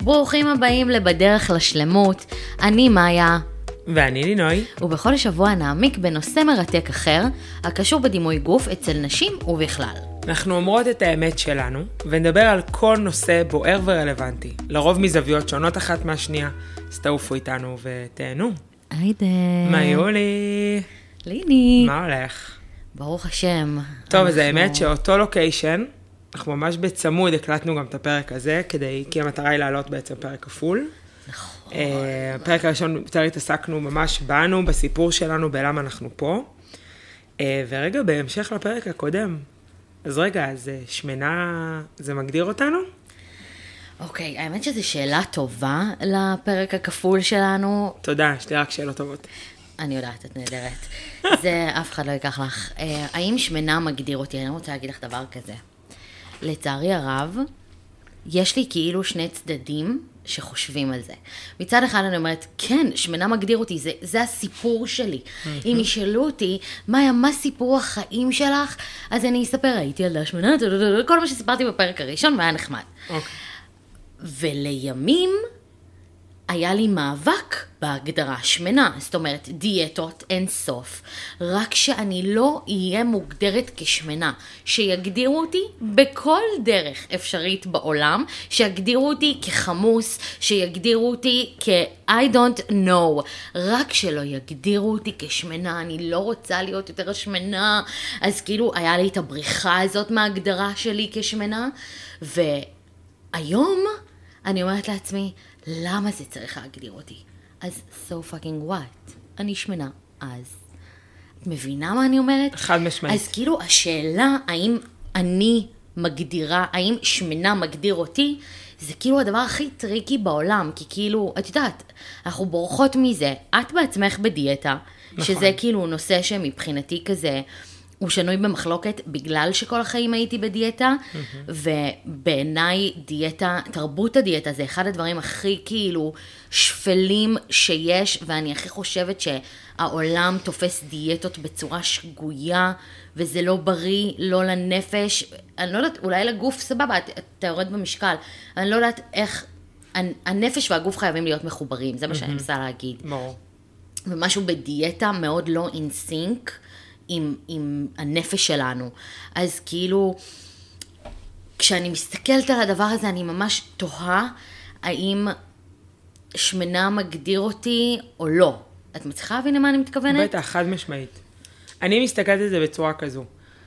ברוכים הבאים לבדרך לשלמות, אני מאיה. ואני לינוי. ובכל שבוע נעמיק בנושא מרתק אחר, הקשור בדימוי גוף אצל נשים ובכלל. אנחנו אומרות את האמת שלנו, ונדבר על כל נושא בוער ורלוונטי, לרוב מזוויות שונות אחת מהשנייה. אז תעופו איתנו ותהנו. היידה. מה יולי? ליני. מה הולך? ברוך השם. טוב, אז האמת שאותו לוקיישן, אנחנו ממש בצמוד הקלטנו גם את הפרק הזה, כי המטרה היא לעלות בעצם פרק כפול. נכון. הפרק הראשון יותר התעסקנו ממש בנו, בסיפור שלנו, בלמה אנחנו פה. ורגע, בהמשך לפרק הקודם, אז רגע, אז שמנה, זה מגדיר אותנו? אוקיי, האמת שזו שאלה טובה לפרק הכפול שלנו. תודה, יש לי רק שאלות טובות. אני יודעת, את נהדרת. זה אף אחד לא ייקח לך. האם שמנה מגדיר אותי? אני רוצה להגיד לך דבר כזה. לצערי הרב, יש לי כאילו שני צדדים שחושבים על זה. מצד אחד אני אומרת, כן, שמנה מגדיר אותי, זה הסיפור שלי. אם ישאלו אותי, מאיה, מה סיפור החיים שלך? אז אני אספר, הייתי ילדה שמנה, כל מה שסיפרתי בפרק הראשון, והיה נחמד. ולימים, היה לי מאבק בהגדרה שמנה, זאת אומרת דיאטות אין סוף, רק שאני לא אהיה מוגדרת כשמנה, שיגדירו אותי בכל דרך אפשרית בעולם, שיגדירו אותי כחמוס, שיגדירו אותי I don't know, רק שלא יגדירו אותי כשמנה, אני לא רוצה להיות יותר שמנה, אז כאילו היה לי את הבריחה הזאת מההגדרה שלי כשמנה, והיום אני אומרת לעצמי, למה זה צריך להגדיר אותי? אז so fucking what? אני שמנה, אז את מבינה מה אני אומרת? חד משמעית. אז כאילו השאלה האם אני מגדירה, האם שמנה מגדיר אותי, זה כאילו הדבר הכי טריקי בעולם, כי כאילו, את יודעת, אנחנו בורחות מזה, את בעצמך בדיאטה, נכון. שזה כאילו נושא שמבחינתי כזה, הוא שנוי במחלוקת בגלל שכל החיים הייתי בדיאטה, ובעיניי דיאטה, תרבות הדיאטה זה אחד הדברים הכי כאילו שפלים שיש, ואני הכי חושבת שהעולם תופס דיאטות בצורה שגויה, וזה לא בריא, לא לנפש, אני לא יודעת, אולי לגוף סבבה, אתה יורד במשקל, אני לא יודעת איך, הנפש והגוף חייבים להיות מחוברים, זה מה שאני מנסה להגיד. ומשהו בדיאטה מאוד לא in sync, עם הנפש שלנו. אז כאילו, כשאני מסתכלת על הדבר הזה, אני ממש תוהה האם שמנה מגדיר אותי או לא. את מצליחה להבין למה אני מתכוונת? בטח, חד משמעית. אני מסתכלת על זה בצורה כזו.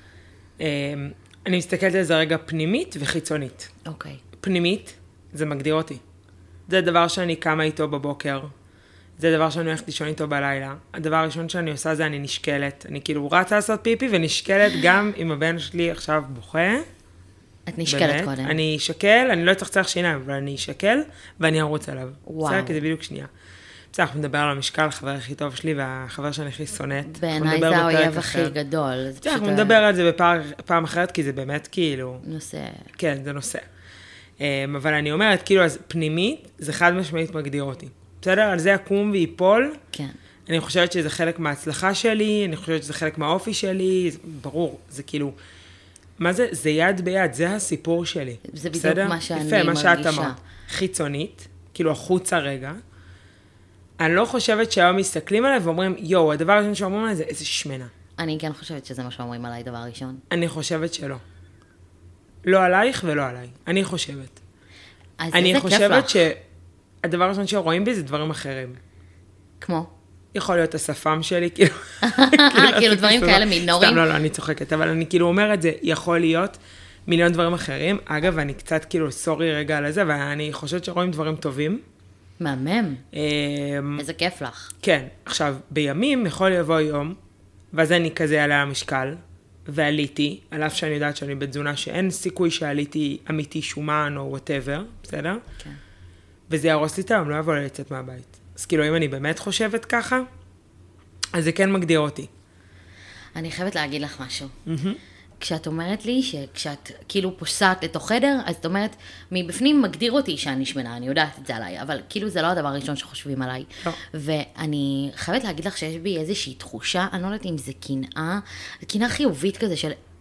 אני מסתכלת על זה רגע פנימית וחיצונית. אוקיי. פנימית, זה מגדיר אותי. זה דבר שאני קמה איתו בבוקר. זה דבר שאני הולכת לישון איתו בלילה. הדבר הראשון שאני עושה זה אני נשקלת. אני כאילו רצה לעשות פיפי ונשקלת גם אם הבן שלי עכשיו בוכה. את נשקלת באמת. קודם. אני אשקל, אני לא צריך שיניים, אבל אני אשקל ואני ארוץ עליו. וואו. בסדר, כי זה בדיוק שנייה. בסדר, אנחנו נדבר על המשקל, החבר הכי טוב שלי והחבר שאני הכי שונאת. בעיניי זה האויב הכי גדול. אנחנו נדבר על זה בפעם אחרת, כי זה באמת כאילו... נושא. כן, זה נושא. אבל אני אומרת, כאילו, אז פנימית, זה חד משמעית מגדיר אותי. בסדר? על זה יקום ויפול. כן. אני חושבת שזה חלק מההצלחה שלי, אני חושבת שזה חלק מהאופי שלי, ברור, זה כאילו, מה זה? זה יד ביד, זה הסיפור שלי. זה בדיוק בסדר? מה שאני יפה, מה שאת מרגישה. אמרת. חיצונית, כאילו החוצה רגע. אני לא חושבת שהיום מסתכלים עליי ואומרים, יו, הדבר הראשון שאומרים עליי זה איזה שמנה. אני כן חושבת שזה מה שאומרים עליי דבר ראשון. אני חושבת שלא. לא עלייך ולא עליי. אני חושבת. אז אני זה כיף חושבת לך. שהדבר הראשון שרואים בי זה דברים אחרים. כמו? יכול להיות השפם שלי, כאילו. כאילו דברים כאלה מינוריים. סתם, לא, אני צוחקת, אבל אני כאילו אומרת, זה יכול להיות מיליון דברים אחרים. אגב, אני קצת כאילו סורי רגע על זה, ואני חושבת שרואים דברים טובים. מהמם. איזה כיף לך. כן, עכשיו, בימים יכול לבוא יום, ואז אני כזה עלה המשקל, ועליתי, על אף שאני יודעת שאני בתזונה שאין סיכוי שעליתי אמיתי שומן או whatever, בסדר? כן. וזה ירוס לי את היום, לא יבוא לי לצאת מהבית. אז כאילו, אם אני באמת חושבת ככה, אז זה כן מגדיר אותי. אני חייבת להגיד לך משהו. כשאת אומרת לי שכשאת כאילו פוסעת לתוך חדר, אז את אומרת, מבפנים מגדיר אותי שאני שמנה, אני יודעת את זה עליי, אבל כאילו זה לא הדבר הראשון שחושבים עליי. לא. ואני חייבת להגיד לך שיש בי איזושהי תחושה, אני לא יודעת אם זה קנאה, זה קנאה חיובית כזה של,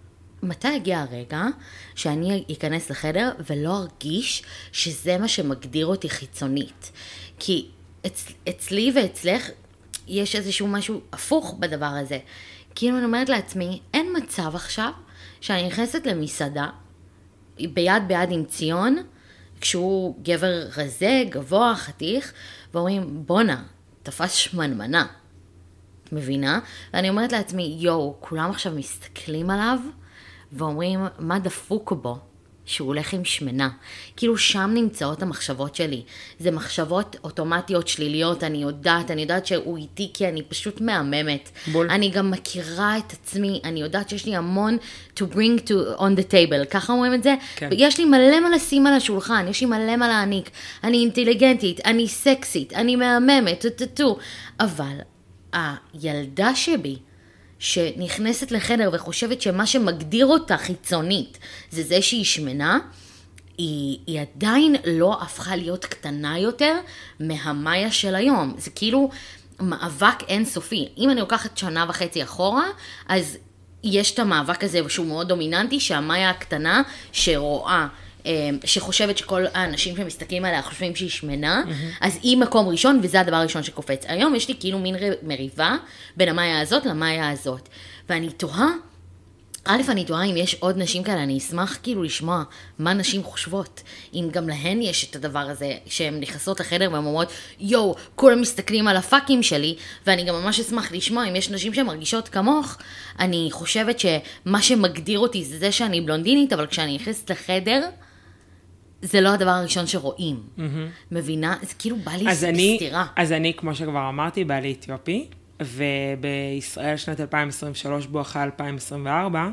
מתי הגיע הרגע שאני אכנס לחדר ולא ארגיש שזה מה שמגדיר אותי חיצונית? כי אצלי ואצלך יש איזשהו משהו הפוך בדבר הזה. כאילו אני אומרת לעצמי, אין מצב עכשיו שאני נכנסת למסעדה ביד ביד עם ציון, כשהוא גבר רזה, גבוה, חתיך, ואומרים, בונה, תפס שמנמנה. את מבינה? ואני אומרת לעצמי, יואו, כולם עכשיו מסתכלים עליו, ואומרים, מה דפוק בו? שהוא הולך עם שמנה. כאילו שם נמצאות המחשבות שלי. זה מחשבות אוטומטיות שליליות, אני יודעת שהוא איתי כי אני פשוט מהממת. בול. אני גם מכירה את עצמי, אני יודעת שיש לי המון to bring to on the table, ככה אומרים את זה? כן. יש לי מלא מה לשים על השולחן, יש לי מלא מה להעניק. אני אינטליגנטית, אני סקסית, אני מהממת, אבל הילדה שבי, שנכנסת לחדר וחושבת שמה שמגדיר אותה חיצונית זה זה שהיא שמנה, היא עדיין לא הפכה להיות קטנה יותר מהמאיה של היום. זה כאילו מאבק אינסופי. אם אני לוקחת שנה וחצי אחורה, אז יש את המאבק הזה שהוא מאוד דומיננטי, שהמאיה הקטנה שרואה, שחושבת שכל האנשים שמסתכלים עליה חושבים שהיא שמנה, אז היא מקום ראשון, וזה הדבר הראשון שקופץ. היום יש לי כאילו מין מריבה בין המאיה הזאת למאיה הזאת. ואני תוהה, אני תוהה אם יש עוד נשים כאלה, אני אשמח כאילו לשמוע מה נשים חושבות. אם גם להן יש את הדבר הזה, שהן נכנסות לחדר והן אומרות, יואו, כולם מסתכלים על הפאקים שלי, ואני גם ממש אשמח לשמוע אם יש נשים שמרגישות כמוך. אני חושבת שמה שמגדיר אותי זה שאני בלונדינית, אבל כשאני נכנסת לחדר, זה לא הדבר הראשון שרואים. מבינה? זה כאילו בא לי בסתירה. אז אני, כמו שכבר אמרתי, בא לי אתיופי, ובישראל שנת 2023, בואכה 2024,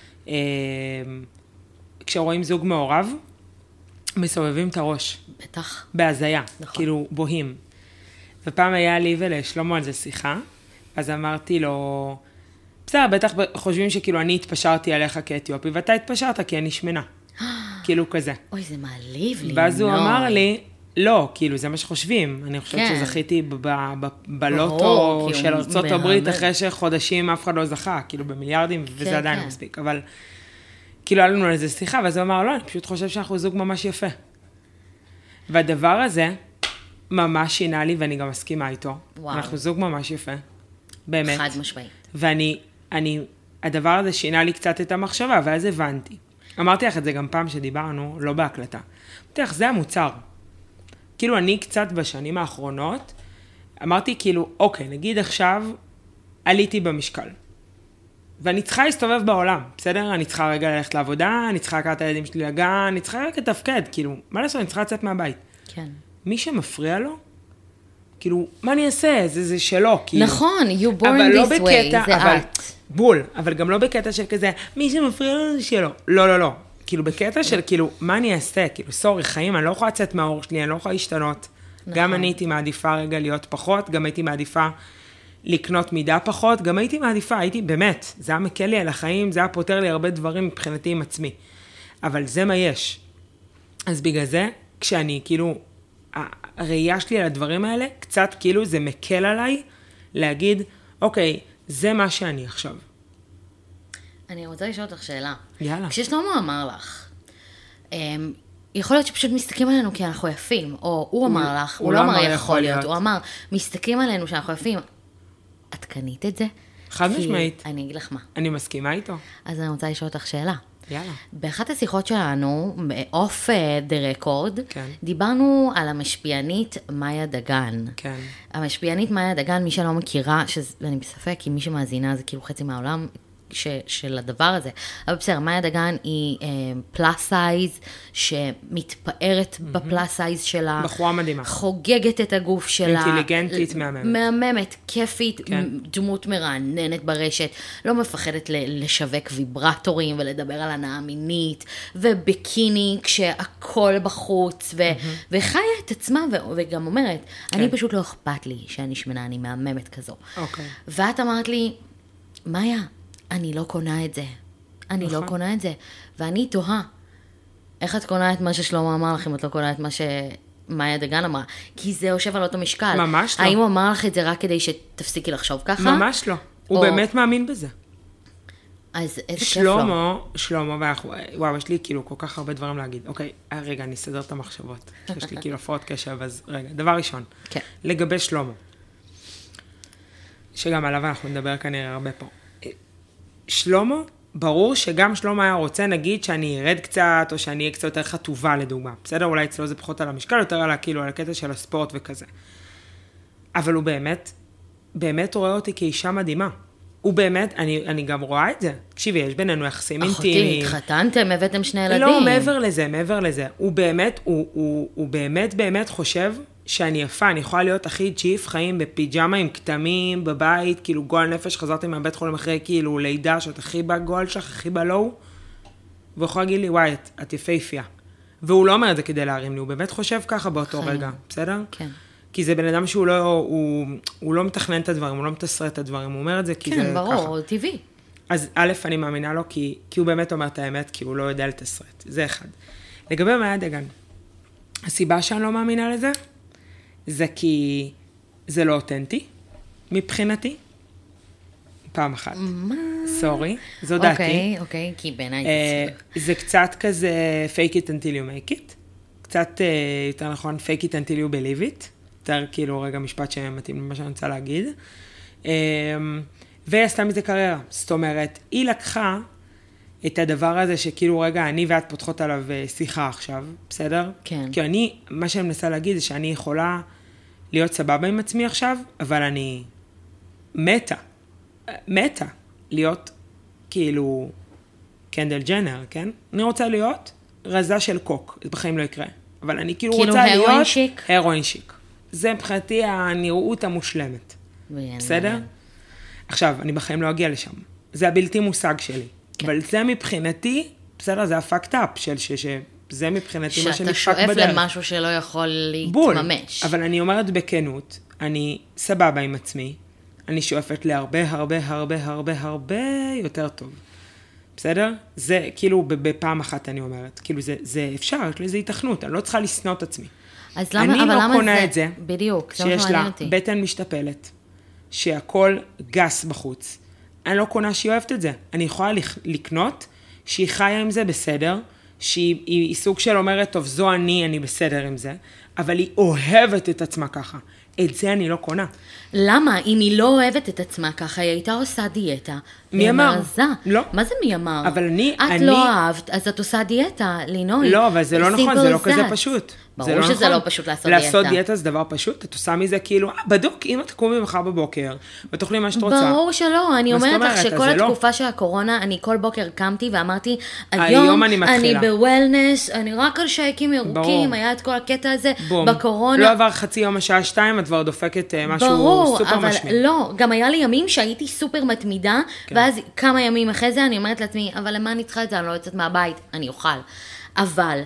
כשרואים זוג מעורב, מסובבים את הראש. בטח. בהזיה, נכון. כאילו בוהים. ופעם היה לי ולשלמה על זה שיחה, אז אמרתי לו, בסדר, בטח חושבים שכאילו אני התפשרתי עליך כאתיופי, ואתה התפשרת כי אני שמנה. כאילו כזה. אוי, זה מעליב לי. ואז הוא אמר לי, לא, כאילו זה מה שחושבים. אני חושבת כן. שזכיתי בלוטו כאילו, של ארצות הברית, מהמם. אחרי שחודשים אף אחד לא זכה, כאילו במיליארדים, וזה עדיין כן. לא מספיק. אבל כאילו היה לנו על זה שיחה, ואז הוא אמר, לא, אני פשוט חושב שאנחנו זוג ממש יפה. והדבר הזה ממש שינה לי, ואני גם מסכימה איתו. וואו. אנחנו זוג ממש יפה. באמת. חד משמעית. הדבר הזה שינה לי קצת את המחשבה, ואז הבנתי. אמרתי לך את זה גם פעם שדיברנו, לא בהקלטה. אמרתי לך, זה המוצר. כאילו אני קצת בשנים האחרונות, אמרתי כאילו, אוקיי, נגיד עכשיו עליתי במשקל. ואני צריכה להסתובב בעולם, בסדר? אני צריכה רגע ללכת לעבודה, אני צריכה לקחת את הילדים שלי לגן, אני צריכה רק לתפקד, כאילו, מה לעשות? אני צריכה לצאת מהבית. כן. מי שמפריע לו, כאילו, מה אני אעשה? זה שלו, כאילו. נכון, you born לא this way, בקטע, זה אבל, את. בול, אבל גם לא בקטע של כזה, מי שמפריע לו זה שלו. לא, לא, לא. כאילו, בקטע של, כאילו, מה אני אעשה? כאילו, סורי, חיים, אני לא יכולה לצאת מהאור שלי, אני לא יכולה להשתנות. נכון. גם אני הייתי מעדיפה רגע להיות פחות, גם הייתי מעדיפה לקנות מידה פחות, גם הייתי מעדיפה, באמת, זה היה מקל לי על החיים, זה היה פותר לי הרבה דברים מבחינתי עם עצמי. אבל זה מה יש. אז בגלל זה, כשאני, כאילו, הראייה שלי על הדברים האלה, קצת כאילו זה מקל עליי להגיד, אוקיי, זה מה שאני עכשיו. אני רוצה לשאול אותך שאלה. יאללה. כששלמה אמר לך, יכול להיות שפשוט מסתכלים עלינו כי אנחנו יפים, או הוא אמר לך, הוא לא אמר יכול להיות, הוא אמר, מסתכלים עלינו שאנחנו יפים. את קנית את זה? חד משמעית. אני אגיד לך מה. אני מסכימה איתו. אז אני רוצה לשאול אותך שאלה. יאללה. באחת השיחות שלנו, off the record, כן. דיברנו על המשפיענית מאיה דגן. כן. המשפיענית מאיה דגן, מי שלא מכירה, ואני בספק, אם מי שמאזינה זה כאילו חצי מהעולם של הדבר הזה. אבל בסדר, מאיה דגן היא פלאס סייז, שמתפארת בפלאס סייז שלה. בחורה מדהימה. חוגגת את הגוף שלה. אינטליגנטית, מהממת. מהממת, כיפית, כן. דמות מרעננת ברשת, לא מפחדת לשווק ויברטורים ולדבר על הנאה מינית, וביקיני כשהכל בחוץ, וחיה את עצמה, וגם אומרת, אני פשוט לא אכפת לי שאני שמנה, אני מהממת כזו. אוקיי. ואת אמרת לי, מאיה, אני לא קונה את זה. אני לא קונה את זה. ואני תוהה, איך את קונה את מה ששלמה אמר לך, אם את לא קונה את מה שמאיה דגן אמרה? כי זה יושב על אותו משקל. ממש לא. האם הוא אמר לך את זה רק כדי שתפסיקי לחשוב ככה? ממש לא. הוא באמת מאמין בזה. אז איזה כיף לו. שלמה, וואו, יש לי כאילו כל כך הרבה דברים להגיד. אוקיי, רגע, אני אסדר את המחשבות. יש לי כאילו הפרעות קשב, אז רגע, דבר ראשון. כן. לגבי שלמה, שגם עליו אנחנו נדבר כנראה הרבה פה. שלמה, ברור שגם שלמה היה רוצה, נגיד, שאני ארד קצת, או שאני אהיה קצת יותר חטובה, לדוגמה. בסדר? אולי אצלו זה פחות על המשקל, יותר על כאילו, על הקטע של הספורט וכזה. אבל הוא באמת רואה אותי כאישה מדהימה. הוא באמת, אני גם רואה את זה. תקשיבי, יש בינינו יחסים אינטימיים. אחותי, התחתנתם, הבאתם שני ילדים. לא, מעבר לזה. הוא באמת חושב שאני יפה, אני יכולה להיות הכי ג'יף חיים בפיג'מה עם כתמים, בבית, כאילו גועל נפש, חזרתי מהבית חולים אחרי כאילו לידה, שאת הכי בגועל שלך, הכי בלואו, והוא יכול להגיד לי, וואי, את יפהפייה. והוא לא אומר את זה כדי להרים לי, הוא באמת חושב ככה באותו רגע, בסדר? כן. כי זה בן אדם שהוא לא מתכנן את הדברים, הוא לא מתסרט את הדברים, הוא אומר את זה כי זה ככה. כן, ברור, טבעי. אז א', אני מאמינה לו, כי הוא באמת אומר את האמת, כי הוא לא יודע לתסרט. זה אחד. לגבי מאיה דגן, הסיבה שאני לא מאמינה לזה, זה כי זה לא אותנטי, מבחינתי. פעם אחת. מה? סורי, זו דעתי. אוקיי, כי בעיניי זה קצת כזה fake it until you make it. קצת יותר נכון, fake it until you believe it. יותר כאילו רגע משפט שמתאים למה שאני רוצה להגיד. והיא עשתה מזה קריירה. זאת אומרת, היא לקחה את הדבר הזה שכאילו רגע, אני ואת פותחות עליו שיחה עכשיו, בסדר? כן. כי מה שאני מנסה להגיד זה שאני יכולה להיות סבבה עם עצמי עכשיו, אבל אני מתה להיות כאילו קנדל ג'נר, כן? אני רוצה להיות רזה של קוק, זה בחיים לא יקרה. אבל אני כאילו רוצה להיות... הרואין שיק? הרואין שיק. זה מבחינתי הנראות המושלמת. בסדר? עכשיו, אני בחיים לא אגיע לשם. זה הבלתי מושג שלי. כן. אבל זה מבחינתי, בסדר, זה הפאקט אפ שזה מבחינתי מה שנפק בדרך. שאתה שואף למשהו שלא יכול להתממש. אבל אני אומרת בכנות, אני סבבה עם עצמי, אני שואפת להרבה, הרבה יותר טוב. בסדר? זה כאילו בפעם אחת אני אומרת. כאילו זה אפשר, יש לזה התכנות, אני לא צריכה לשנוא את עצמי. אז למה, אני לא קונה את זה, בדיוק, שיש לה בטן משתפלת, שהכל גס בחוץ. אני לא קונה שהיא אוהבת את זה. אני יכולה לקנות שהיא חיה עם זה בסדר, שהיא סוג של אומרת, טוב, זו אני בסדר עם זה, אבל היא אוהבת את עצמה ככה. את זה אני לא קונה. למה? אם היא לא אוהבת את עצמה ככה, היא הייתה עושה דיאטה. מי אמר? לא. מה זה מי אמר? אבל את לא אהבת, אז את עושה דיאטה, לינוי. לא, אבל זה לא נכון, זה לא כזה פשוט. ברור שזה לא פשוט לעשות דיאטה. לעשות דיאטה זה דבר פשוט, את עושה מזה כאילו, בדוק, אם את תקומי מחר בבוקר, ותאכלי מה שאת רוצה. ברור שלא, אני אומרת לך שכל התקופה של הקורונה, אני כל בוקר קמתי ואמרתי, היום אני בוולנס, אני רק על שייקים ירוקים, היה את כל הקטע הזה בקורונה. לא עבר חצי יום השעה 2, את כבר דופקת משהו סופר משמעי. לא, גם היה לי ימים שהייתי סופר מתמידה, ואז כמה ימים אחרי זה אני אומרת לעצמי, אבל למה אני צריכה את זה? אני לא יוצאת מהבית, אני אוכל. אבל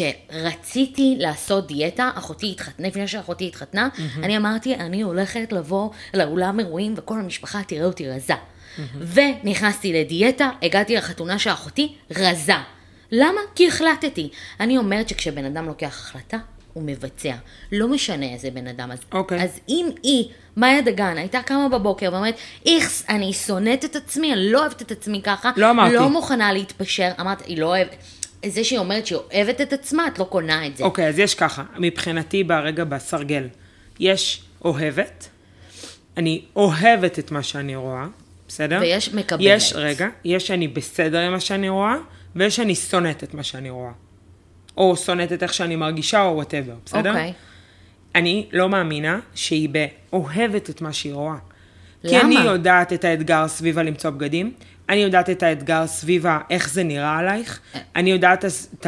כשרציתי לעשות דיאטה, לפני שאחותי התחתנה, אני אמרתי, אני הולכת לבוא לאולם אירועים, וכל המשפחה תראה אותי רזה. ונכנסתי לדיאטה, הגעתי לחתונה של אחותי, רזה. למה? כי החלטתי. אני אומרת שכשבן אדם לוקח החלטה, הוא מבצע. לא משנה איזה בן אדם. אז אם מאיה דגן הייתה קמה בבוקר ואומרת, איכס, אני שונאת את עצמי, אני לא אוהבת את עצמי ככה, לא מוכנה להתפשר, אמרת, היא לא אוהבת. זה שהיא אומרת שהיא אוהבת את עצמה, את לא קונה את זה. אוקיי, אז יש ככה, מבחינתי ברגע בסרגל, יש אוהבת, אני אוהבת את מה שאני רואה, בסדר? ויש מקבלת. יש אני בסדר עם מה שאני רואה, ויש אני שונאת את מה שאני רואה. או שונאת את איך שאני מרגישה, או whatever, בסדר? אוקיי. אני לא מאמינה שהיא באוהבת את מה שהיא רואה. למה? כי אני יודעת את האתגר סביבה למצוא בגדים, אני יודעת את האתגר סביבה, איך זה נראה עלייך, אני יודעת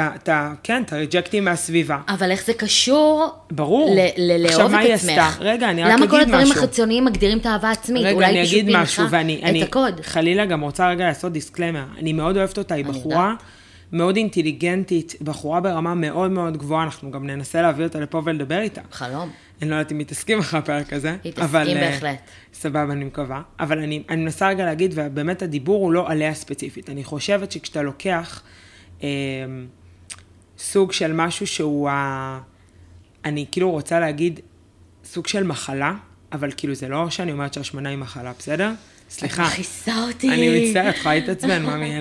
את הריג'קטים מהסביבה. אבל איך זה קשור? ברור. לאהוב את עצמך? רגע, אני רק אגיד משהו. למה כל הדברים החיצוניים מגדירים את האהבה עצמית? רגע, אני אגיד משהו, את הקוד. חלילה גם רוצה רגע לעשות דיסקלמר. אני מאוד אוהבת אותה, היא בחורה מאוד אינטליגנטית, בחורה ברמה מאוד מאוד גבוהה, אנחנו גם ננסה להביא אותה לפה ולדבר איתה. חלום. אני לא יודעת אם מתעסקים אחרי הפרק הזה. מתעסקים בהחלט. סבבה, אני מקווה. אבל אני מנסה רגע להגיד, ובאמת הדיבור הוא לא עליה ספציפית. אני חושבת שכשאתה לוקח סוג של משהו שהוא, אני כאילו רוצה להגיד סוג של מחלה, אבל כאילו זה לא שאני אומרת שהשמנה היא מחלה, בסדר? סליחה. את מכיסה אותי. אני מצטערת, יכולה להתעצבן, מאמי,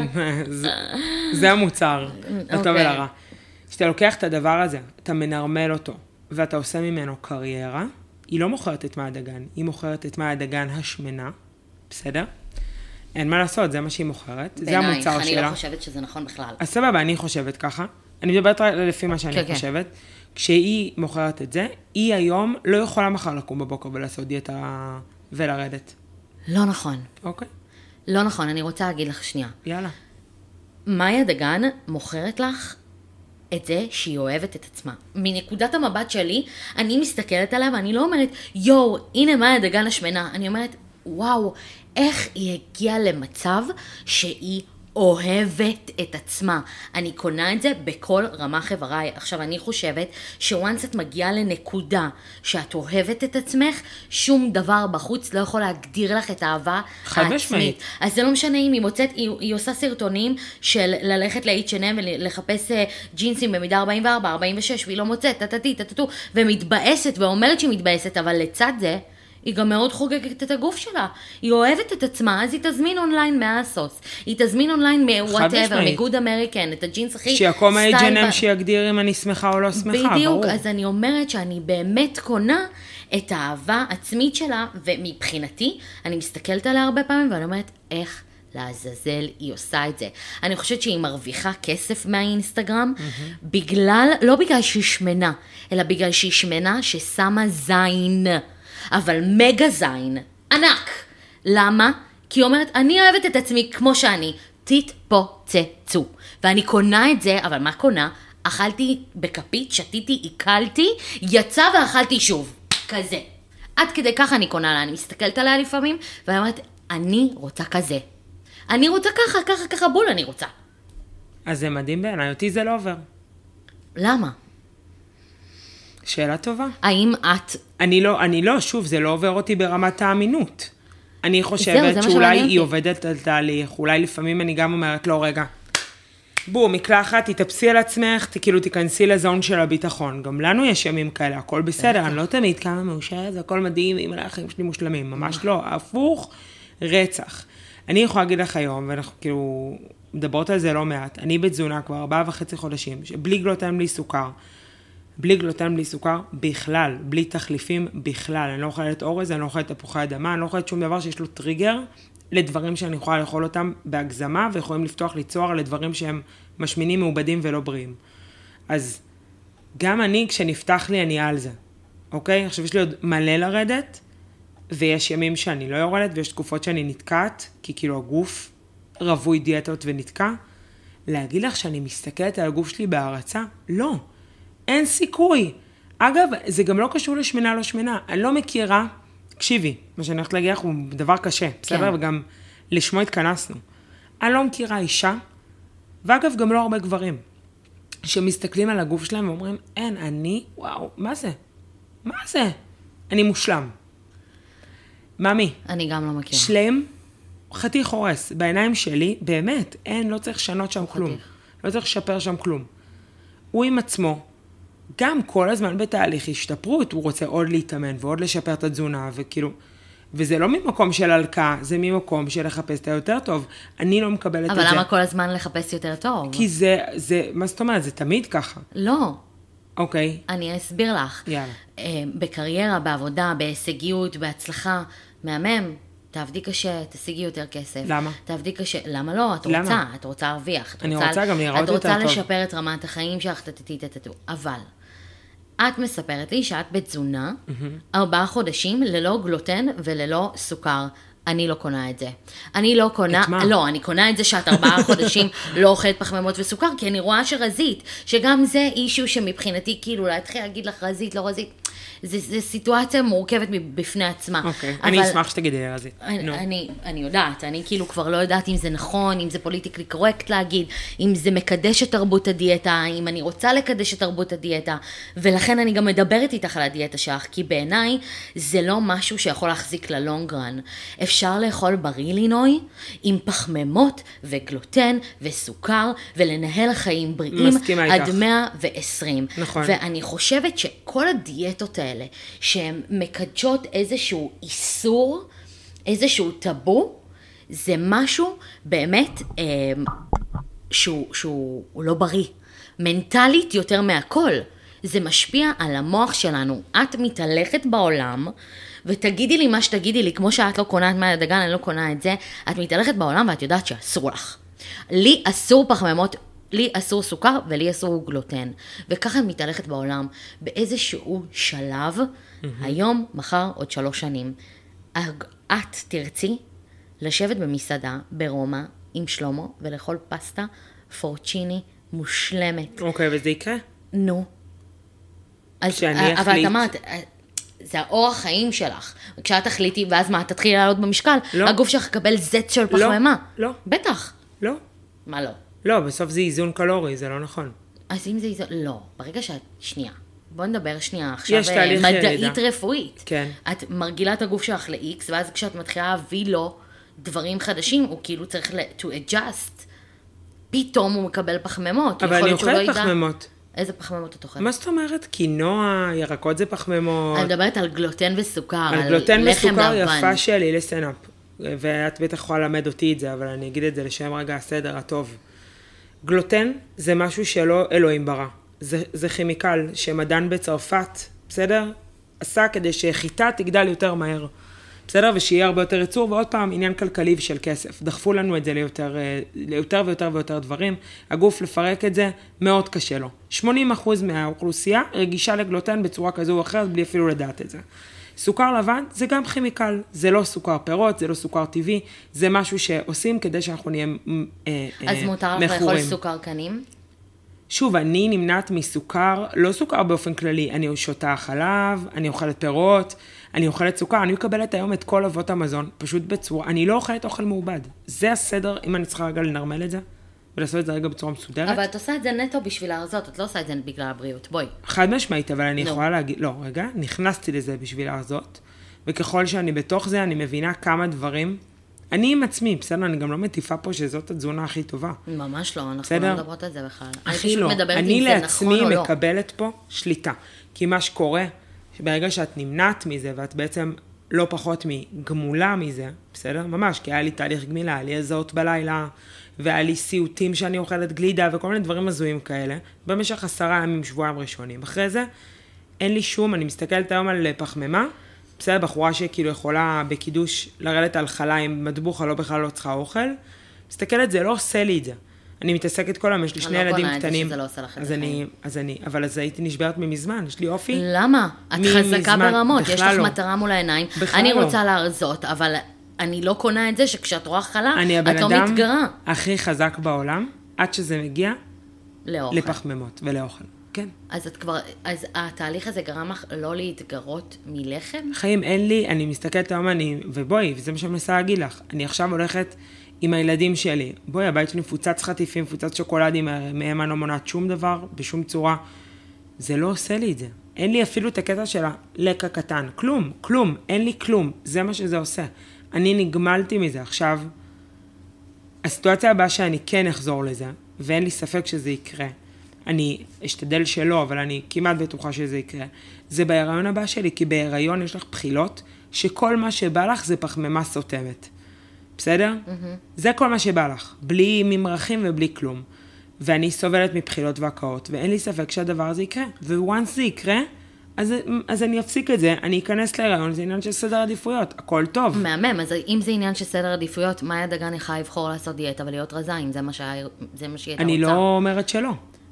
זה המוצר, לטוב ולרע. כשאתה לוקח את הדבר הזה, אתה מנרמל אותו, ואתה עושה ממנו קריירה, היא לא מוכרת את מי הדגן, היא מוכרת את מי הדגן השמנה, בסדר? אין מה לעשות, זה מה שהיא מוכרת, זה המוצר שלה. בעינייך, אני לא חושבת שזה נכון בכלל. אז סבבה, אני חושבת ככה, אני מדברת לפי מה שאני חושבת, כשהיא מוכרת את זה, היא היום לא יכולה מחר לקום בבוקר ולעשות דיאטה ולרדת. לא נכון. אוקיי. לא נכון, אני רוצה להגיד לך שנייה. יאללה. מאיה דגן מוכרת לך את זה שהיא אוהבת את עצמה. מנקודת המבט שלי, אני מסתכלת עליה ואני לא אומרת, יואו, הנה מאיה דגן השמנה. אני אומרת, וואו, איך היא הגיעה למצב שהיא אוהבת את עצמה. אני קונה את זה בכל רמה חבריי. עכשיו, אני חושבת שוואנס את מגיעה לנקודה שאת אוהבת את עצמך, שום דבר בחוץ לא יכול להגדיר לך את האהבה העצמית. אז זה לא משנה אם היא מוצאת, היא עושה סרטונים של ללכת ל-H&M ולחפש ג'ינסים במידה 44, 46, והיא לא מוצאת, טטטו, ומתבאסת ואומרת שהיא מתבאסת, אבל לצד זה, היא גם מאוד חוגגת את הגוף שלה. היא אוהבת את עצמה, אז היא תזמין אונליין מהאסוס. היא תזמין אונליין מ-whatever, מגוד אמריקן, את הג'ינס הכי שיקום ה-H&M שיגדיר אם אני שמחה או לא שמחה, בדיוק, ברור. אז אני אומרת שאני באמת קונה את האהבה העצמית שלה, ומבחינתי, אני מסתכלת עליה הרבה פעמים, ואני אומרת, איך לעזאזל היא עושה את זה. אני חושבת שהיא מרוויחה כסף מהאינסטגרם, לא בגלל שהיא שמנה, אלא בגלל שהיא שמנה ששמה זין. אבל מגה זין, ענק. למה? כי היא אומרת, אני אוהבת את עצמי כמו שאני, תתפוצצו. ואני קונה את זה, אבל מה קונה? אכלתי בכפית, שתיתי, עיכלתי, יצא ואכלתי שוב. כזה. עד כדי ככה אני קונה לה, אני מסתכלת עליה לפעמים, ואני אומרת, אני רוצה כזה. אני רוצה ככה, בול אני רוצה. אז זה מדהים בעיניי, אותי זה לא עובר. למה? שאלה טובה. האם את... אני לא, שוב, זה לא עובר אותי ברמת האמינות. אני חושבת שאולי היא עובדת על תהליך, אולי לפעמים אני גם אומרת, לא, רגע, בוא, מקלחת, תתאפסי על עצמך, כאילו תיכנסי לזון של הביטחון. גם לנו יש ימים כאלה, הכל בסדר, אני לא תמיד כמה מאושר, זה הכל מדהים, אם החיים שלי מושלמים, ממש לא, הפוך, רצח. אני יכולה להגיד לך היום, ואנחנו כאילו מדברות על זה לא מעט, אני בתזונה כבר 4.5 חודשים, בלי גלוטן, בלי סוכר, בלי גלוטן, בלי סוכר, בכלל, בלי תחליפים, בכלל. אני לא אוכלת אורז, אני לא אוכלת תפוחי אדמה, אני לא אוכלת שום דבר שיש לו טריגר לדברים שאני יכולה לאכול אותם בהגזמה, ויכולים לפתוח לי צוהר לדברים שהם משמינים, מעובדים ולא בריאים. אז גם אני, כשנפתח לי, אני על זה. אוקיי? עכשיו יש לי עוד מלא לרדת, ויש ימים שאני לא יורדת, ויש תקופות שאני נתקעת, כי כאילו הגוף רבוי דיאטות ונתקע. להגיד לך שאני מסתכלת על הגוף שלי בהרצה? לא. אין סיכוי. אגב, זה גם לא קשור לשמנה, לא שמנה. אני לא מכירה, תקשיבי, מה שאני הולכת להגיד לך הוא דבר קשה, בסדר? וגם לשמו התכנסנו. אני לא מכירה אישה, ואגב, גם לא הרבה גברים, שמסתכלים על הגוף שלהם ואומרים, אין, אני, וואו, מה זה? מה זה? אני מושלם. ממי. אני גם לא מכירה. שלם, חתיך הורס. בעיניים שלי, באמת, אין, לא צריך לשנות שם כלום. לא צריך לשפר שם כלום. הוא עם עצמו, גם כל הזמן בתהליך השתפרות, הוא רוצה עוד להתאמן ועוד לשפר את התזונה, וכאילו, וזה לא ממקום של הלקה, זה ממקום של לחפש את היותר טוב. אני לא מקבלת את זה. אבל למה כל הזמן לחפש יותר טוב? כי זה, מה זאת אומרת? זה תמיד ככה. לא. אוקיי. אני אסביר לך. יאללה. בקריירה, בעבודה, בהישגיות, בהצלחה, מהמם, תעבדי קשה, תשיגי יותר כסף. למה? תעבדי קשה. למה לא? את רוצה, את רוצה להרוויח. אני רוצה גם לראות יותר טוב. את רוצה לשפר את רמת החיים שלך, תתתתתתו. אבל, את מספרת לי שאת בתזונה, 4 חודשים ללא גלוטן וללא סוכר. אני לא קונה את זה. אני לא קונה, את מה? לא, אני קונה את זה שאת 4 חודשים לא אוכלת פחמימות וסוכר, כי אני רואה שרזית, שגם זה אישו שמבחינתי, כאילו, להתחיל להגיד לך רזית, לא רזית, זה סיטואציה מורכבת בפני עצמה. אוקיי, אני אשמח שתגידי לי רזית. אני יודעת, אני כאילו כבר לא יודעת אם זה נכון, אם זה פוליטיקלי קורקט להגיד, אם זה מקדש את תרבות הדיאטה, אם אני רוצה לקדש את תרבות הדיאטה, ולכן אני גם מדברת איתך על הדיאטה שלך, כי בעיניי זה לא משהו שיכול להחזיק ללונגרן. אפשר לאכול ברילינוי עם פחמימות וגלוטן וסוכר, ולנהל חיים בריאים עד 120. נכון. ואני חושבת שכל הדיאטות האלה, שהן מקדשות איזשהו איסור, איזשהו טאבו, זה משהו באמת שהוא לא בריא. מנטלית יותר מהכל. זה משפיע על המוח שלנו. את מתהלכת בעולם, ותגידי לי מה שתגידי לי, כמו שאת לא קונה את מי דגן, אני לא קונה את זה, את מתהלכת בעולם ואת יודעת שאסור לך. לי אסור פחמימות, לי אסור סוכר ולי אסור גלוטן. וככה אני מתהלכת בעולם באיזשהו שלב, היום, מחר, עוד 3 שנים. את תרצי לשבת במסעדה ברומא עם שלמה ולאכול פסטה פורצ'יני מושלמת. אוקיי, וזה יקרה? נו. כשאני אחליט. אבל את אמרת, זה האורח חיים שלך. כשאת תחליטי, ואז מה, תתחילי לעלות במשקל, לא. הגוף שלך יקבל זט של פחמימה. לא. בטח. לא. מה לא? לא, בסוף זה איזון קלורי, זה לא נכון. אז אם זה איזון, לא. ברגע שאת, שנייה. בוא נדבר שנייה עכשיו יש תהליך מדעית ירידה. רפואית. כן. את מרגילה את הגוף שלך ל-X, ואז כשאת מתחילה להביא לו דברים חדשים, הוא כאילו צריך to adjust. פתאום הוא מקבל פחמימות. אבל אני אוכלת פחמימות. איזה פחמימות את אוכלת? מה זאת אומרת? קינוע, ירקות זה פחמימות. אני מדברת על גלוטן וסוכר, על גלוטן לחם וסוכר לבן. יפה שלי לסטנאפ. ואת בטח יכולה ללמד אותי את זה, אבל אני אגיד את זה לשם רגע הסדר הטוב. גלוטן זה משהו שלא אלוהים ברא. זה כימיקל שמדען בצרפת, בסדר? עשה כדי שחיטה תגדל יותר מהר. בסדר? ושיהיה הרבה יותר ייצור, ועוד פעם, עניין כלכלי של כסף. דחפו לנו את זה ליותר ויותר ויותר דברים. הגוף לפרק את זה, מאוד קשה לו. 80% מהאוכלוסייה רגישה לגלוטן בצורה כזו או אחרת, בלי אפילו לדעת את זה. סוכר לבן זה גם כימיקל, זה לא סוכר פירות, זה לא סוכר טבעי, זה משהו שעושים כדי שאנחנו נהיה מכורים. אז מותר לך לאכול סוכר קנים? שוב, אני נמנעת מסוכר, לא סוכר באופן כללי, אני שותה חלב, אני אוכלת פירות, אני אוכלת סוכר, אני מקבלת היום את כל אבות המזון, פשוט בצורה, אני לא אוכלת אוכל מעובד. זה הסדר, אם אני צריכה רגע לנרמל את זה, ולעשות את זה רגע בצורה מסודרת. אבל את עושה את זה נטו בשביל להרזות, את לא עושה את זה בגלל הבריאות, בואי. חד משמעית, אבל אני יכולה להגיד, לא, רגע, נכנסתי לזה בשביל להרזות, וככל שאני בתוך זה, אני מבינה כמה דברים, אני עם עצמי, בסדר, אני גם לא מטיפה פה שזאת התזונה הכי טובה. ממש לא, אנחנו לא מדברות על זה בכלל. הכי לא, אני לעצמי מקבלת פה שליטה, כי מה שקורה, שברגע שאת נמנעת מזה, ואת בעצם לא פחות מגמולה מזה, בסדר? ממש, כי היה לי תהליך גמילה, היה לי הזעות בלילה, והיה לי סיוטים שאני אוכלת גלידה, וכל מיני דברים הזויים כאלה, במשך 10 ימים, שבועיים ראשונים. אחרי זה, אין לי שום, אני מסתכלת היום על פחמימה, בסדר, בחורה שכאילו יכולה בקידוש לרדת על חלה עם מטבוחה, לא בכלל לא צריכה אוכל, מסתכלת, זה לא עושה לי את זה. אני מתעסקת כל היום, יש לי 2 ילדים קטנים. אני לא קונה את זה שזה לא עושה לך את זה. אבל אז הייתי נשברת ממזמן, יש לי אופי. למה? את חזקה ברמות, יש לך לא. מטרה מול העיניים. אני רוצה להרזות, אבל אני לא קונה את זה שכשאת רואה חלה, את לא מתגרה. אני הבן אדם הכי חזק בעולם, עד שזה מגיע לפחמימות ולאוכל. כן. אז התהליך הזה גרם לך לא להתגרות מלחם? חיים, אין לי, אני מסתכלת היום, ובואי, וזה מה שאני מנסה להגיד לך, אני עכשיו הולכת עם הילדים שלי, בואי, הבית שלי מפוצץ חטיפים, מפוצץ שוקולדים, מהם אני לא מונעת שום דבר, בשום צורה, זה לא עושה לי את זה. אין לי אפילו את הקטע של הלקה קטן, כלום, אין לי כלום, זה מה שזה עושה. אני נגמלתי מזה. עכשיו, הסיטואציה הבאה שאני כן אחזור לזה, ואין לי ספק שזה יקרה, אני אשתדל שלא, אבל אני כמעט בטוחה שזה יקרה, זה בהיריון הבא שלי, כי בהיריון יש לך בחילות, שכל מה שבא לך זה פחמימה סותמת. בסדר? זה כל מה שבא לך, בלי ממרחים ובלי כלום. ואני סובלת מבחילות והקאות, ואין לי ספק שהדבר הזה יקרה. וואנס זה יקרה, אז אני אפסיק את זה, אני אכנס להיריון, זה עניין של סדר עדיפויות, הכל טוב. מהמם, אז אם זה עניין של סדר עדיפויות, מאיה דגן יכולה לבחור לעשות דיאטה ולהיות רזה, אם זה מה שהיא הייתה רוצה. אני לא אומרת שלא.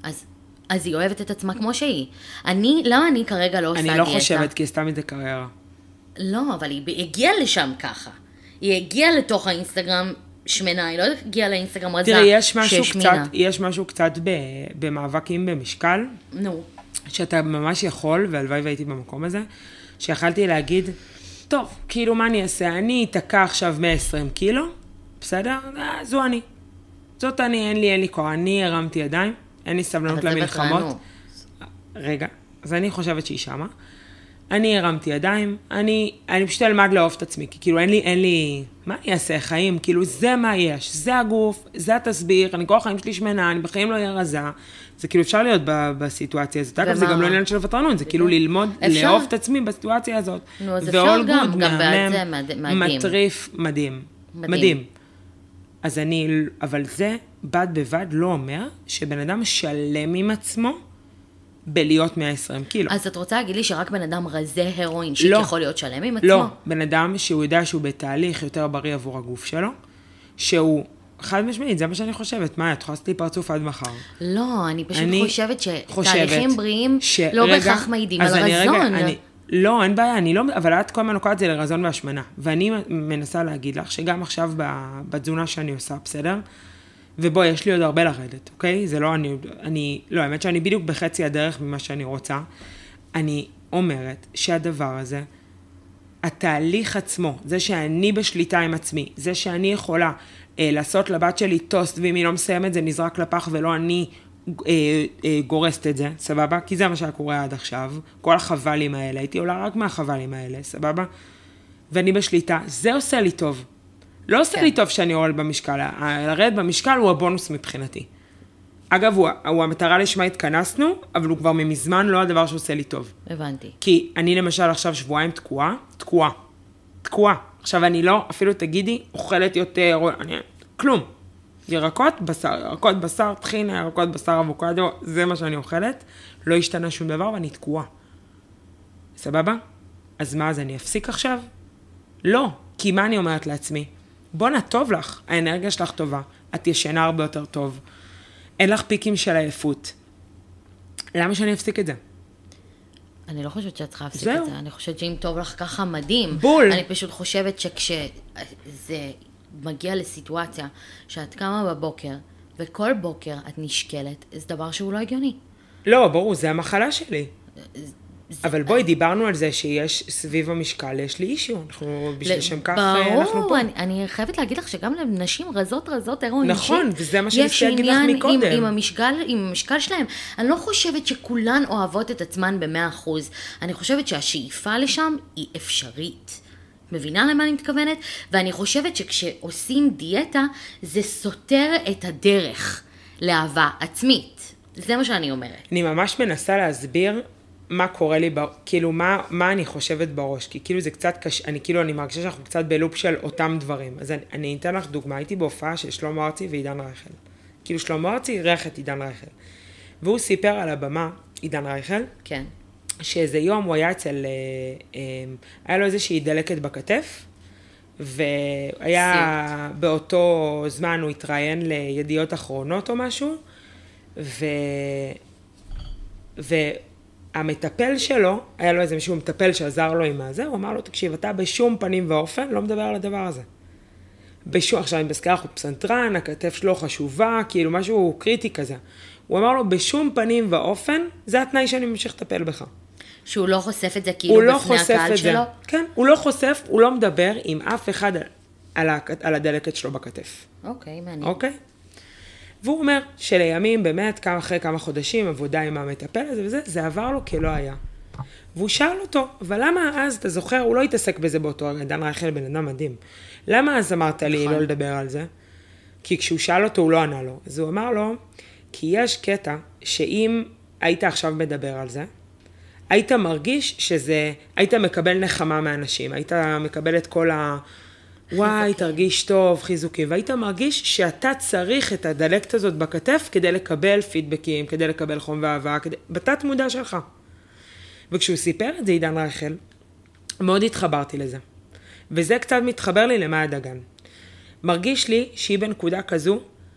אז היא אוהבת את עצמה כמו שהיא. למה אני כרגע לא עושה דיאטה? אני לא חושבת, כי סתם את זה קריירה. לא, אבל היא הגיעה לשם ככה. היא הגיעה לתוך האינסטגרם שמנה, היא לא הגיעה לאינסטגרם רזה ששמינה. יש משהו קצת במאבקים במשקל. נו. שאתה ממש יכול, והלוואי והייתי במקום הזה, שיכלתי להגיד, טוב, כאילו מה אני אעשה? אני אתקע עכשיו 120 קילו, בסדר? זו אני. זאת אני, אין לי כוח. אני הרמתי ידיים, אין לי סבלנות למלחמות. רגע, אז אני חושבת שהיא שמה. אני הרמתי ידיים, אני פשוט אלמד לאהוב את עצמי, כי כאילו אין לי, מה אני אעשה? חיים, כאילו זה מה יש, זה הגוף, זה התסביר, אני כל החיים שלי שמנה, אני בחיים לא אהיה רזה, זה כאילו אפשר להיות בסיטואציה הזאת, אגב זה גם לא עניין של ותרנות, זה כאילו ללמוד, לאהוב את עצמי בסיטואציה הזאת. נו, אז אפשר גם בעד זה מדהים. מטריף, מדהים. אז אבל זה בד בבד לא אומר שבן אדם שלם עם עצמו בלהיות 120 קילו. אז את רוצה להגיד לי שרק בן אדם רזה הרואין שיק יכול להיות שלם עם עצמו? לא, בן אדם שהוא יודע שהוא בתהליך יותר בריא עבור הגוף שלו, שהוא חד משמעית, זה מה שאני חושבת. מה, את יכולה לעשות לי פרצוף עד מחר? לא, אני פשוט חושבת שתהליכים בריאים לא בהכרח מעידים על רזון. לא, אין בעיה, אבל את כל הזמן נוקעת זה לרזון והשמנה. ואני מנסה להגיד לך שגם עכשיו בתזונה שאני עושה, בסדר? ובואי, יש לי עוד הרבה לרדת, אוקיי? זה לא, לא, האמת שאני בדיוק בחצי הדרך ממה שאני רוצה. אני אומרת שהדבר הזה, התהליך עצמו, זה שאני בשליטה עם עצמי, זה שאני יכולה לעשות לבת שלי טוסט, ואם היא לא מסיימת זה נזרק לפח ולא אני גורסת את זה, סבבה? כי זה מה שהיה קורה עד עכשיו, כל החבלים האלה, הייתי עולה רק מהחבלים האלה, סבבה? ואני בשליטה, זה עושה לי טוב. לא עושה לי טוב שאני עולה במשקל, לרדת במשקל הוא הבונוס מבחינתי. אגב, הוא המטרה לשמה התכנסנו, אבל הוא כבר ממזמן לא הדבר שעושה לי טוב. הבנתי. כי אני למשל עכשיו שבועיים תקועה. עכשיו אני לא, אפילו תגידי, אוכלת יותר, כלום. ירקות, בשר, טחינה, ירקות, בשר, אבוקדו, זה מה שאני אוכלת. לא השתנה שום דבר ואני תקועה. סבבה? אז מה, אז אני אפסיק עכשיו? לא. כי מה אני אומרת לעצמי? בונה, טוב לך, האנרגיה שלך טובה, את ישנה הרבה יותר טוב, אין לך פיקים של עייפות. למה שאני אפסיק את זה? אני לא חושבת שאת צריכה להפסיק את זה, אני חושבת שאם טוב לך ככה מדהים. בול. אני פשוט חושבת שכשזה מגיע לסיטואציה שאת קמה בבוקר, וכל בוקר את נשקלת, זה דבר שהוא לא הגיוני. לא, ברור, זה המחלה שלי. אבל בואי, דיברנו על זה שיש סביב המשקל, יש לי אישיו, אנחנו בשביל שם כך אנחנו פה. ברור, אני חייבת להגיד לך שגם לנשים רזות הרואין. נכון, וזה מה שאני רוצה להגיד לך מקודם. יש עניין עם המשקל שלהם. אני לא חושבת שכולן אוהבות את עצמן ב100%. אני חושבת שהשאיפה לשם היא אפשרית. מבינה למה אני מתכוונת? ואני חושבת שכשעושים דיאטה, זה סותר את הדרך לאהבה עצמית. זה מה שאני אומרת. אני ממש מנסה להסביר מה קורה לי, כאילו מה אני חושבת בראש, כי כאילו זה קצת קשה, אני מרגישה שאנחנו קצת בלופ של אותם דברים. אז אני אתן לך דוגמה, הייתי בהופעה של שלמה ארצי ועידן רייכל. כאילו שלמה ארצי אירח את עידן רייכל. והוא סיפר על הבמה, עידן רייכל, כן. שאיזה יום הוא היה היה לו איזושהי דלקת בכתף, והיה באותו זמן הוא התראיין לידיעות אחרונות או משהו, המטפל שלו, היה לו איזה מישהו מטפל שעזר לו עם הזה, הוא אמר לו, תקשיב, אתה בשום פנים ואופן לא מדבר על הדבר הזה. עכשיו אני בזכר הוא פסנתרן, הכתף שלו חשובה, כאילו משהו קריטי כזה. הוא אמר לו, בשום פנים ואופן, זה התנאי שאני ממשיך לטפל בך. שהוא לא חושף את זה כאילו בפני הקהל שלו? כן, הוא לא חושף, הוא לא מדבר עם אף אחד על הדלקת שלו בכתף. אוקיי, מעניין. אוקיי? והוא אומר שלימים באמת, אחרי כמה חודשים, עבודה עם המטפל הזה וזה, זה עבר לו כלא היה. והוא שאל אותו, אבל למה אז, אתה זוכר, הוא לא התעסק בזה באותו רגע, עידן רייכל בן אדם מדהים. למה אז אמרת לי לא לדבר על זה? כי כשהוא שאל אותו, הוא לא ענה לו. אז הוא אמר לו, כי יש קטע שאם היית עכשיו מדבר על זה, היית מרגיש שזה, היית מקבל נחמה מאנשים, היית מקבל את כל וואי, תרגיש טוב, חיזוקים, והיית מרגיש שאתה צריך את הדלקת הזאת בכתף כדי לקבל פידבקים, כדי לקבל חום ואהבה, בתת מודע שלך. וכשהוא סיפר את זה, עידן רייכל, מאוד התחברתי לזה. וזה קצת מתחבר לי למה הדגן. מרגיש לי שהיא בנקודה כזו,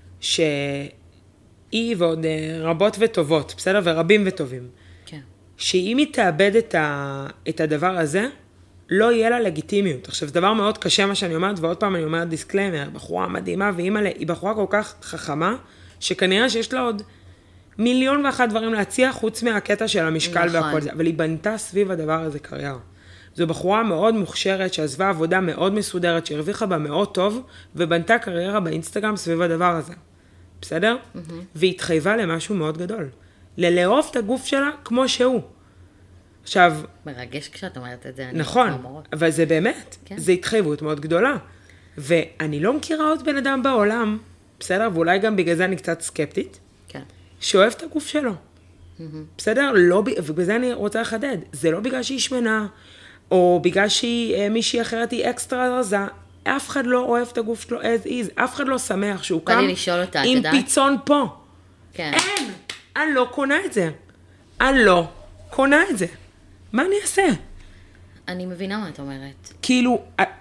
שהיא ועוד רבות וטובות, בסדר? ורבים וטובים. כן. שאם היא תאבד את הדבר הזה, לא יהיה לה לגיטימיות. עכשיו, זה דבר מאוד קשה מה שאני אומרת, ועוד פעם אני אומרת דיסקליימר, בחורה מדהימה, היא בחורה כל כך חכמה, שכנראה שיש לה עוד 1,000,001 דברים להציע, חוץ מהקטע של המשקל והכל זה. אבל היא בנתה סביב הדבר הזה קריירה. זו בחורה מאוד מוכשרת, שעזבה עבודה מאוד מסודרת, שהרוויחה בה מאוד טוב, ובנתה קריירה באינסטגרם סביב הדבר הזה. בסדר? והיא התחייבה למשהו מאוד גדול. ללאהוב את הגוף שלה כמו שהוא. עכשיו, מרגש כשאת אומרת את זה. נכון, אבל זה באמת, זה התחייבות מאוד גדולה. ואני לא מכירה עוד בן אדם בעולם, בסדר? ואולי גם בגלל זה אני קצת סקפטית, שאוהב את הגוף שלו. בסדר? ובגלל זה אני רוצה לחדד. זה לא בגלל שהיא שמנה, או בגלל שהיא מישהי אחרת היא אקסטרה רזה. אף אחד לא אוהב את הגוף שלו as is, אף אחד לא שמח שהוא בא קם לי לשאול אותה, את עם יודעת? פיצון פה. כן. אין, אני לא קונה את זה. אני לא קונה את זה. מה אני אעשה? אני מבינה מה את אומרת. כאילו,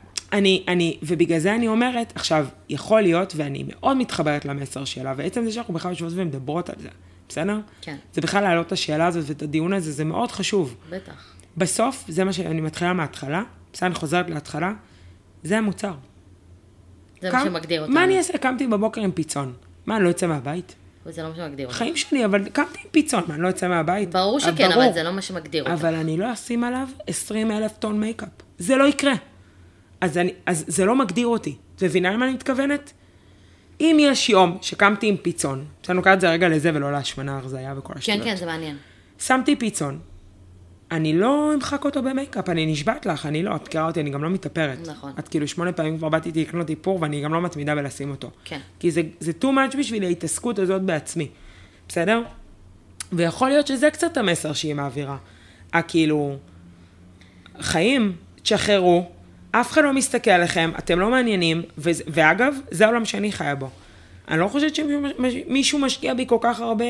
ובגלל זה אני אומרת, עכשיו, יכול להיות, ואני מאוד מתחברת למסר שלה, ועצם זה שאנחנו בכלל יושבות ומדברות על זה, בסדר? כן. זה בכלל להעלות את השאלה הזאת ואת הדיון הזה, זה מאוד חשוב. בטח. בסוף, זה מה שאני מתחילה מההתחלה, בסדר, אני חוזרת להתחלה, זה המוצר. זה מה שמגדיר אותנו. מה אני אעשה? קמתי בבוקר עם פיצון. מה, אני לא יוצא מהבית? וזה לא מה שמגדיר אותנו. חיים שלי, אבל קמתי עם פיצון, מה, אני לא יוצא מהבית? ברור שכן, אבל זה לא מה שמגדיר אותנו. אבל אני לא אשים עליו 20,000 טון מייקאפ. זה לא יקרה. אז זה לא מגדיר אותי. את מבינה למה אני מתכוונת? אם יש יום שקמתי עם פיצון, שאני לוקחת את זה רגע לזה ולא להשמנה, הרזיה וכל השטויות. כן, כן, זה מעניין. שמתי פיצון. אני לא אמחק אותו במייקאפ, אני נשבעת לך, אני לא, את מכירה אותי, אני גם לא מתאפרת. נכון. את כאילו 8 פעמים כבר באתי לקנות איפור, ואני גם לא מתמידה בלשים אותו. כן. כי זה too much בשביל ההתעסקות הזאת בעצמי. בסדר? ויכול להיות שזה קצת המסר שהיא מעבירה. כאילו, חיים, תשחררו, אף אחד לא מסתכל עליכם, אתם לא מעניינים, ואגב, זה העולם שאני חיה בו. אני לא חושבת שמישהו משקיע בי כל כך הרבה,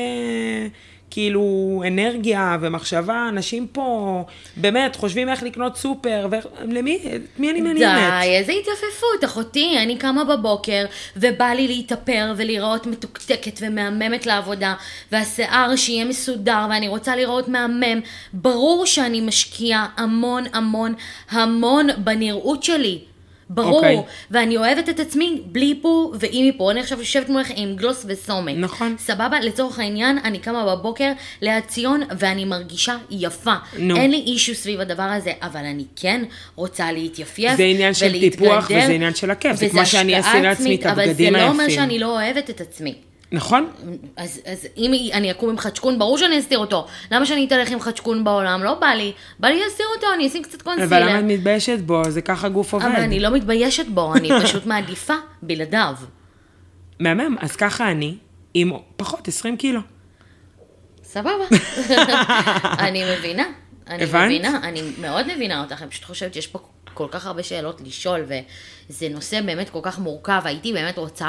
כאילו, אנרגיה ומחשבה. אנשים פה, באמת, חושבים איך לקנות סופר, למי אני מעניינת? די, איזה התייפפות, אחותי, אני קמה בבוקר, ובא לי להתאפר ולראות מתוקתקת ומהממת לעבודה, והשיער שיהיה מסודר, ואני רוצה לראות מהמם. ברור שאני משקיעה המון המון המון בנראות שלי. ברור, ואני אוהבת את עצמי בלי איפור ועם איפור. אני עכשיו יושבת מולך עם גלוס וסומק. נכון. סבבה, לצורך העניין, אני קמה בבוקר ליד ציון, ואני מרגישה יפה. אין לי אישו סביב הדבר הזה, אבל אני כן רוצה להתייפייף. זה עניין של טיפוח וזה עניין של הכיף. זה כמו שאני אעשה לעצמי את הבגדים היפים. אבל זה לא אומר שאני לא אוהבת את עצמי. נכון? אז אם אני אקום עם חדשקון, ברור שאני אסתיר אותו. למה שאני אתהלך עם חדשקון בעולם? לא בא לי. בא לי להסתיר אותו, אני אשים קצת קונסילר. אבל למה את מתביישת בו? זה ככה גוף עובד. אבל אני לא מתביישת בו, אני פשוט מעדיפה בלעדיו. מהמם, אז ככה אני, עם פחות 20 קילו. סבבה. אני מבינה. אני מאוד מבינה אותך. אני פשוט חושבת שיש פה כל כך הרבה שאלות לשאול, וזה נושא באמת כל כך מורכב. הייתי באמת רוצה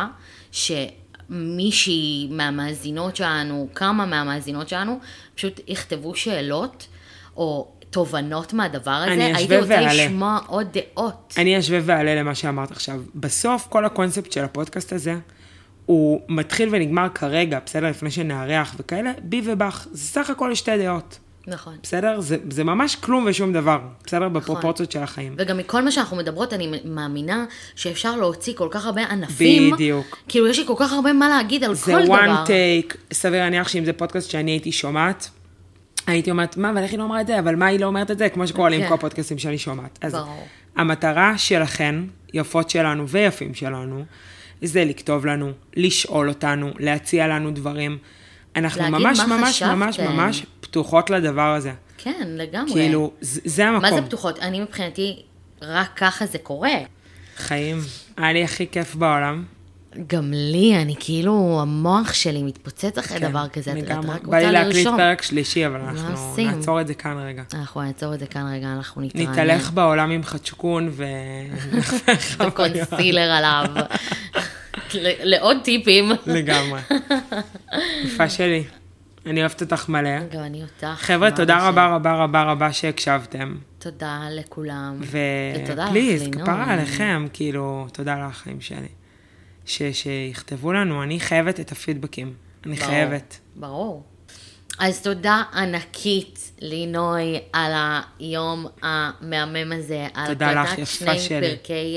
מישהי מהמאזינות שלנו, כמה מהמאזינות שלנו, פשוט יכתבו שאלות, או תובנות מהדבר הזה. הייתי רוצה לשמוע עוד דעות. אני אשווה ועלה למה שאמרת עכשיו. בסוף, כל הקונספט של הפודקאסט הזה, הוא מתחיל ונגמר כרגע, בסדר, לפני שנערך וכאלה, בי ובך, זה סך הכל שתי דעות. נכון. בסדר? זה ממש כלום ושום דבר, בסדר? בפרופורציות של החיים. וגם מכל מה שאנחנו מדברות, אני מאמינה שאפשר להוציא כל כך הרבה ענפים. בדיוק. כאילו, יש לי כל כך הרבה מה להגיד על כל דבר. זה one take, סביר להניח שאם זה פודקאסט שאני הייתי שומעת, הייתי אומרת, מה, אבל איך היא לא אומרת את זה? אבל מה היא לא אומרת את זה? כמו שקורה לי עם כל הפודקאסטים שאני שומעת. אז המטרה שלכן, יפות שלנו ויפים שלנו, זה לכתוב לנו, לשאול אותנו, להציע לנו דברים. אנחנו ממש ממש ממש ממש פתוחות לדבר הזה. כן, לגמרי. כאילו, זה המקום. מה זה פתוחות? אני מבחינתי, רק ככה זה קורה. חיים, היה לי הכי כיף בעולם. גם לי, אני כאילו, המוח שלי מתפוצץ אחרי דבר כזה. אני גם בא לי להקליט פרק שלישי, אבל אנחנו נעצור את זה כאן רגע. אנחנו נעצור את זה כאן רגע, אנחנו נתראה. נתהלך בעולם עם חדשקון וקונסילר עליו. לעוד טיפים. לגמרי. יפה שלי. אני אוהבת אותך מלא. גם אני אותך. חבר'ה, תודה רבה רבה רבה רבה שהקשבתם. תודה לכולם. ופליז, כפרה עליכם, כאילו, תודה על החיים שלי. שיכתבו לנו, אני חייבת את הפידבקים. אני חייבת. ברור. אז תודה ענקית לינוי על היום המהמם הזה. תודה לך, יפה שלי.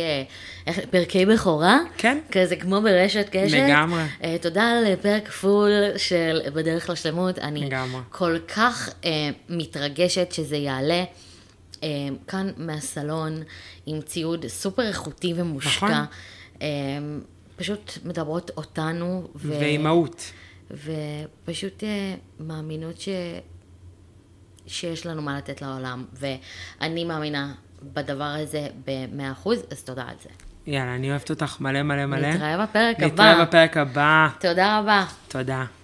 פרקי בכורה. כן. כזה כמו ברשת קשת. לגמרי. תודה על פרק פול של בדרך לשלמות. אני כל כך מתרגשת שזה יעלה כאן מהסלון עם ציוד סופר איכותי ומושקע. פשוט מדברות אותנו. ואימהות. ופשוט מאמינות שיש לנו מה לתת לעולם, ואני מאמינה בדבר הזה ב100%, אז תודה על זה. יאללה, אני אוהבת אותך מלא מלא מלא. נתראה בפרק הבא. נתראה בפרק הבא. תודה רבה. תודה.